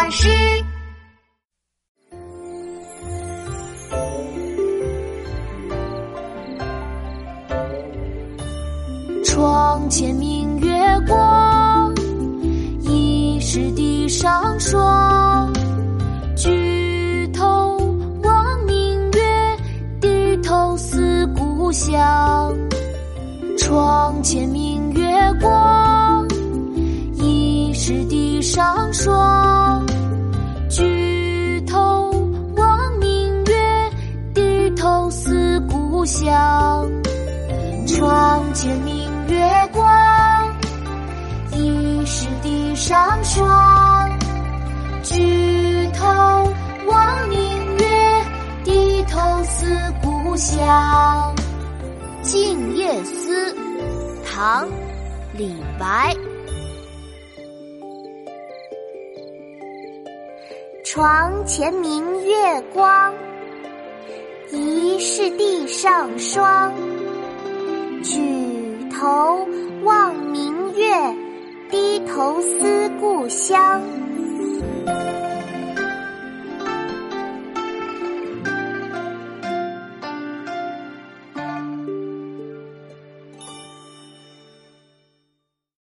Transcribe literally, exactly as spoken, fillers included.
老师。 床前明月光，疑是地上霜。举头望明月，低头思故乡。床前明月光，疑是地上霜。举头望明月，低头思故乡。床前明月光，疑是地上霜。举头望明月，低头思故乡。《静夜思》唐·李白。 床前明月光，疑是地上霜。举头望明月，低头思故乡。